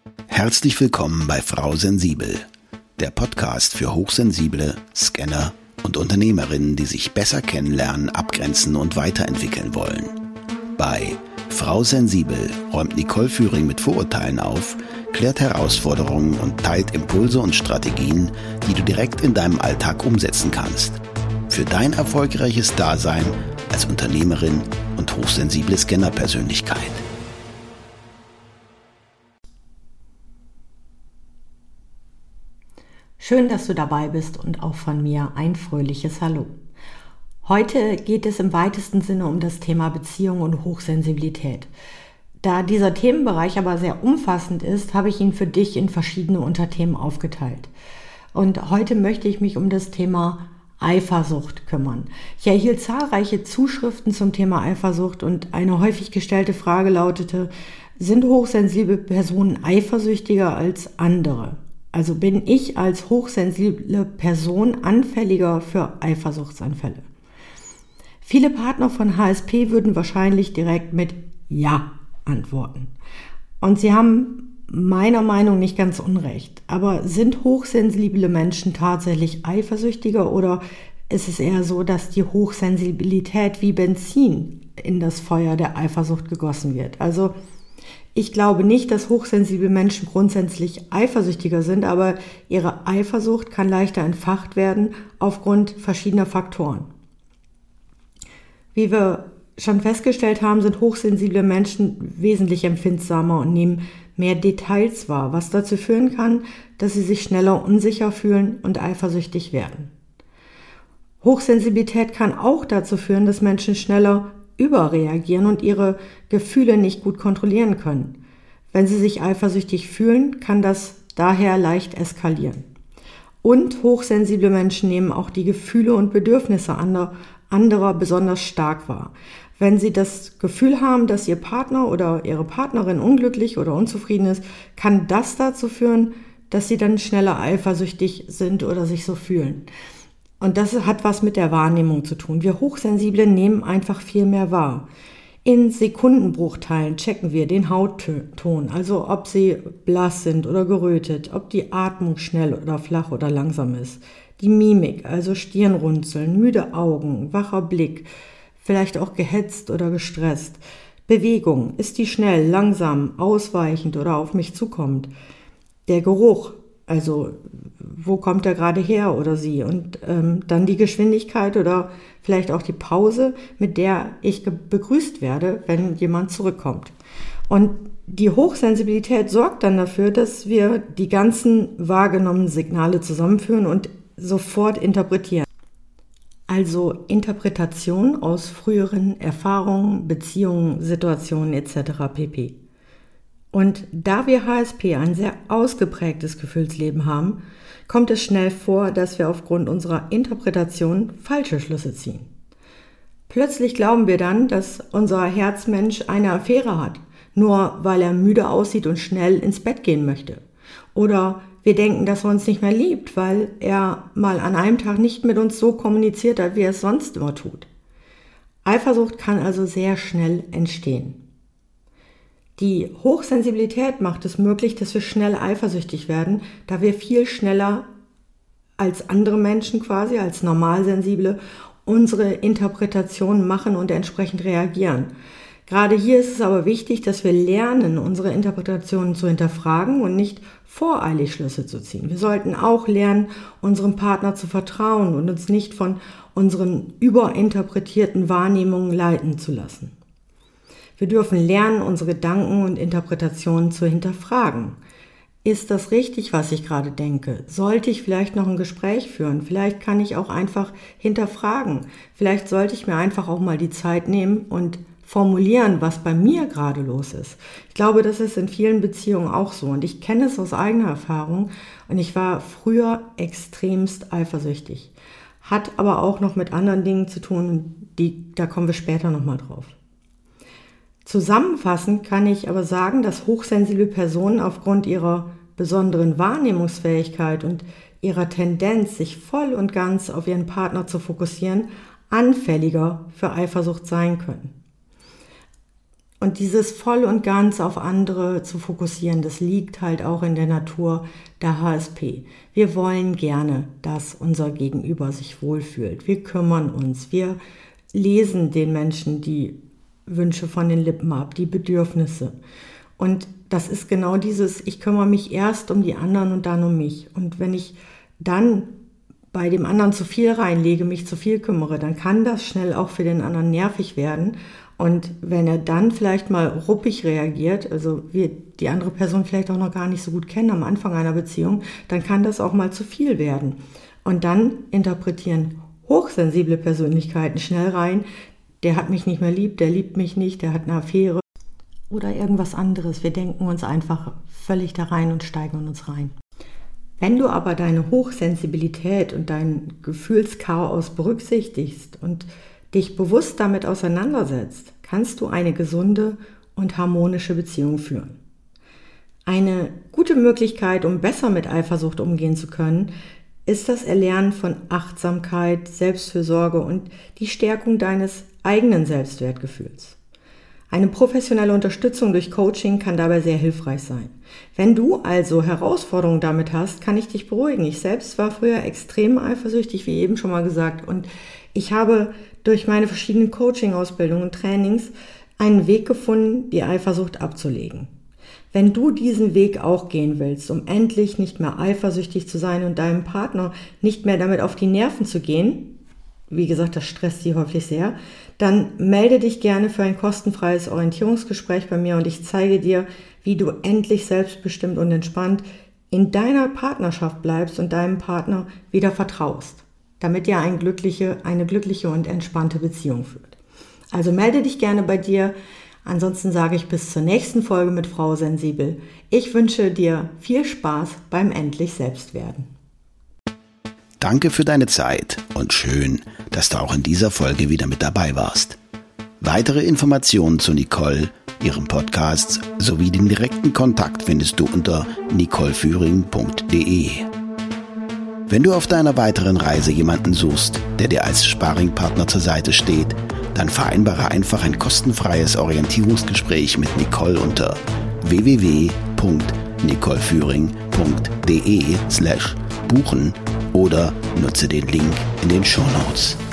Herzlich willkommen bei Frau Sensibel, der Podcast für Hochsensible, Scanner und Unternehmerinnen, die sich besser kennenlernen, abgrenzen und weiterentwickeln wollen. Bei Frau Sensibel räumt Nicole Führing mit Vorurteilen auf, klärt Herausforderungen und teilt Impulse und Strategien, die du direkt in deinem Alltag umsetzen kannst. Für dein erfolgreiches Dasein als Unternehmerin und hochsensible Scanner-Persönlichkeit. Schön, dass du dabei bist und auch von mir ein fröhliches Hallo. Heute geht es im weitesten Sinne um das Thema Beziehung und Hochsensibilität. Da dieser Themenbereich aber sehr umfassend ist, habe ich ihn für dich in verschiedene Unterthemen aufgeteilt. Und heute möchte ich mich um das Thema Eifersucht kümmern. Ich erhielt zahlreiche Zuschriften zum Thema Eifersucht und eine häufig gestellte Frage lautete: Sind hochsensible Personen eifersüchtiger als andere? Also bin ich als hochsensible Person anfälliger für Eifersuchtsanfälle? Viele Partner von HSP würden wahrscheinlich direkt mit Ja antworten. Und sie haben meiner Meinung nach nicht ganz unrecht. Aber sind hochsensible Menschen tatsächlich eifersüchtiger oder ist es eher so, dass die Hochsensibilität wie Benzin in das Feuer der Eifersucht gegossen wird? Also ich glaube nicht, dass hochsensible Menschen grundsätzlich eifersüchtiger sind, aber ihre Eifersucht kann leichter entfacht werden aufgrund verschiedener Faktoren. Wie wir schon festgestellt haben, sind hochsensible Menschen wesentlich empfindsamer und nehmen mehr Details wahr, was dazu führen kann, dass sie sich schneller unsicher fühlen und eifersüchtig werden. Hochsensibilität kann auch dazu führen, dass Menschen schneller überreagieren und ihre Gefühle nicht gut kontrollieren können. Wenn sie sich eifersüchtig fühlen, kann das daher leicht eskalieren. Und hochsensible Menschen nehmen auch die Gefühle und Bedürfnisse anderer besonders stark wahr. Wenn sie das Gefühl haben, dass ihr Partner oder ihre Partnerin unglücklich oder unzufrieden ist, kann das dazu führen, dass sie dann schneller eifersüchtig sind oder sich so fühlen. Und das hat was mit der Wahrnehmung zu tun. Wir Hochsensible nehmen einfach viel mehr wahr. In Sekundenbruchteilen checken wir den Hautton, also ob sie blass sind oder gerötet, ob die Atmung schnell oder flach oder langsam ist. Die Mimik, also Stirnrunzeln, müde Augen, wacher Blick, vielleicht auch gehetzt oder gestresst. Bewegung, ist die schnell, langsam, ausweichend oder auf mich zukommt. Der Geruch, also wo kommt er gerade her oder sie? Und dann die Geschwindigkeit oder vielleicht auch die Pause, mit der ich begrüßt werde, wenn jemand zurückkommt. Und die Hochsensibilität sorgt dann dafür, dass wir die ganzen wahrgenommenen Signale zusammenführen und sofort interpretieren. Also Interpretation aus früheren Erfahrungen, Beziehungen, Situationen etc. pp. Und da wir HSP ein sehr ausgeprägtes Gefühlsleben haben, kommt es schnell vor, dass wir aufgrund unserer Interpretation falsche Schlüsse ziehen. Plötzlich glauben wir dann, dass unser Herzmensch eine Affäre hat, nur weil er müde aussieht und schnell ins Bett gehen möchte. Oder wir denken, dass er uns nicht mehr liebt, weil er mal an einem Tag nicht mit uns so kommuniziert hat, wie er es sonst immer tut. Eifersucht kann also sehr schnell entstehen. Die Hochsensibilität macht es möglich, dass wir schnell eifersüchtig werden, da wir viel schneller als andere Menschen quasi, als Normalsensible, unsere Interpretationen machen und entsprechend reagieren. Gerade hier ist es aber wichtig, dass wir lernen, unsere Interpretationen zu hinterfragen und nicht voreilig Schlüsse zu ziehen. Wir sollten auch lernen, unserem Partner zu vertrauen und uns nicht von unseren überinterpretierten Wahrnehmungen leiten zu lassen. Wir dürfen lernen, unsere Gedanken und Interpretationen zu hinterfragen. Ist das richtig, was ich gerade denke? Sollte ich vielleicht noch ein Gespräch führen? Vielleicht kann ich auch einfach hinterfragen. Vielleicht sollte ich mir einfach auch mal die Zeit nehmen und formulieren, was bei mir gerade los ist. Ich glaube, das ist in vielen Beziehungen auch so. Und ich kenne es aus eigener Erfahrung. Und ich war früher extremst eifersüchtig. Hat aber auch noch mit anderen Dingen zu tun. Da kommen wir später nochmal drauf. Zusammenfassend kann ich aber sagen, dass hochsensible Personen aufgrund ihrer besonderen Wahrnehmungsfähigkeit und ihrer Tendenz, sich voll und ganz auf ihren Partner zu fokussieren, anfälliger für Eifersucht sein können. Und dieses voll und ganz auf andere zu fokussieren, das liegt halt auch in der Natur der HSP. Wir wollen gerne, dass unser Gegenüber sich wohlfühlt. Wir kümmern uns, wir lesen den Menschen die Wünsche von den Lippen ab, die Bedürfnisse. Und das ist genau dieses, ich kümmere mich erst um die anderen und dann um mich. Und wenn ich dann bei dem anderen zu viel reinlege, mich zu viel kümmere, dann kann das schnell auch für den anderen nervig werden. Und wenn er dann vielleicht mal ruppig reagiert, also wir die andere Person vielleicht auch noch gar nicht so gut kennen am Anfang einer Beziehung, dann kann das auch mal zu viel werden. Und dann interpretieren hochsensible Persönlichkeiten schnell rein, der hat mich nicht mehr lieb, der liebt mich nicht, der hat eine Affäre oder irgendwas anderes. Wir denken uns einfach völlig da rein und steigern uns rein. Wenn du aber deine Hochsensibilität und dein Gefühlschaos berücksichtigst und dich bewusst damit auseinandersetzt, kannst du eine gesunde und harmonische Beziehung führen. Eine gute Möglichkeit, um besser mit Eifersucht umgehen zu können, ist das Erlernen von Achtsamkeit, Selbstfürsorge und die Stärkung deines eigenen Selbstwertgefühls. Eine professionelle Unterstützung durch Coaching kann dabei sehr hilfreich sein. Wenn du also Herausforderungen damit hast, kann ich dich beruhigen. Ich selbst war früher extrem eifersüchtig, wie eben schon mal gesagt, und ich habe durch meine verschiedenen Coaching-Ausbildungen und Trainings einen Weg gefunden, die Eifersucht abzulegen. Wenn du diesen Weg auch gehen willst, um endlich nicht mehr eifersüchtig zu sein und deinem Partner nicht mehr damit auf die Nerven zu gehen, wie gesagt, das stresst sie häufig sehr, dann melde dich gerne für ein kostenfreies Orientierungsgespräch bei mir und ich zeige dir, wie du endlich selbstbestimmt und entspannt in deiner Partnerschaft bleibst und deinem Partner wieder vertraust, damit ihr eine glückliche und entspannte Beziehung führt. Also melde dich gerne bei dir. Ansonsten sage ich bis zur nächsten Folge mit Frau Sensibel. Ich wünsche dir viel Spaß beim endlich Selbstwerden. Danke für deine Zeit und schön, dass du auch in dieser Folge wieder mit dabei warst. Weitere Informationen zu Nicole, ihrem Podcast sowie den direkten Kontakt findest du unter nicoleführing.de. Wenn du auf deiner weiteren Reise jemanden suchst, der dir als Sparringpartner zur Seite steht, dann vereinbare einfach ein kostenfreies Orientierungsgespräch mit Nicole unter www.nicoleführing.de/buchen oder nutze den Link in den Shownotes.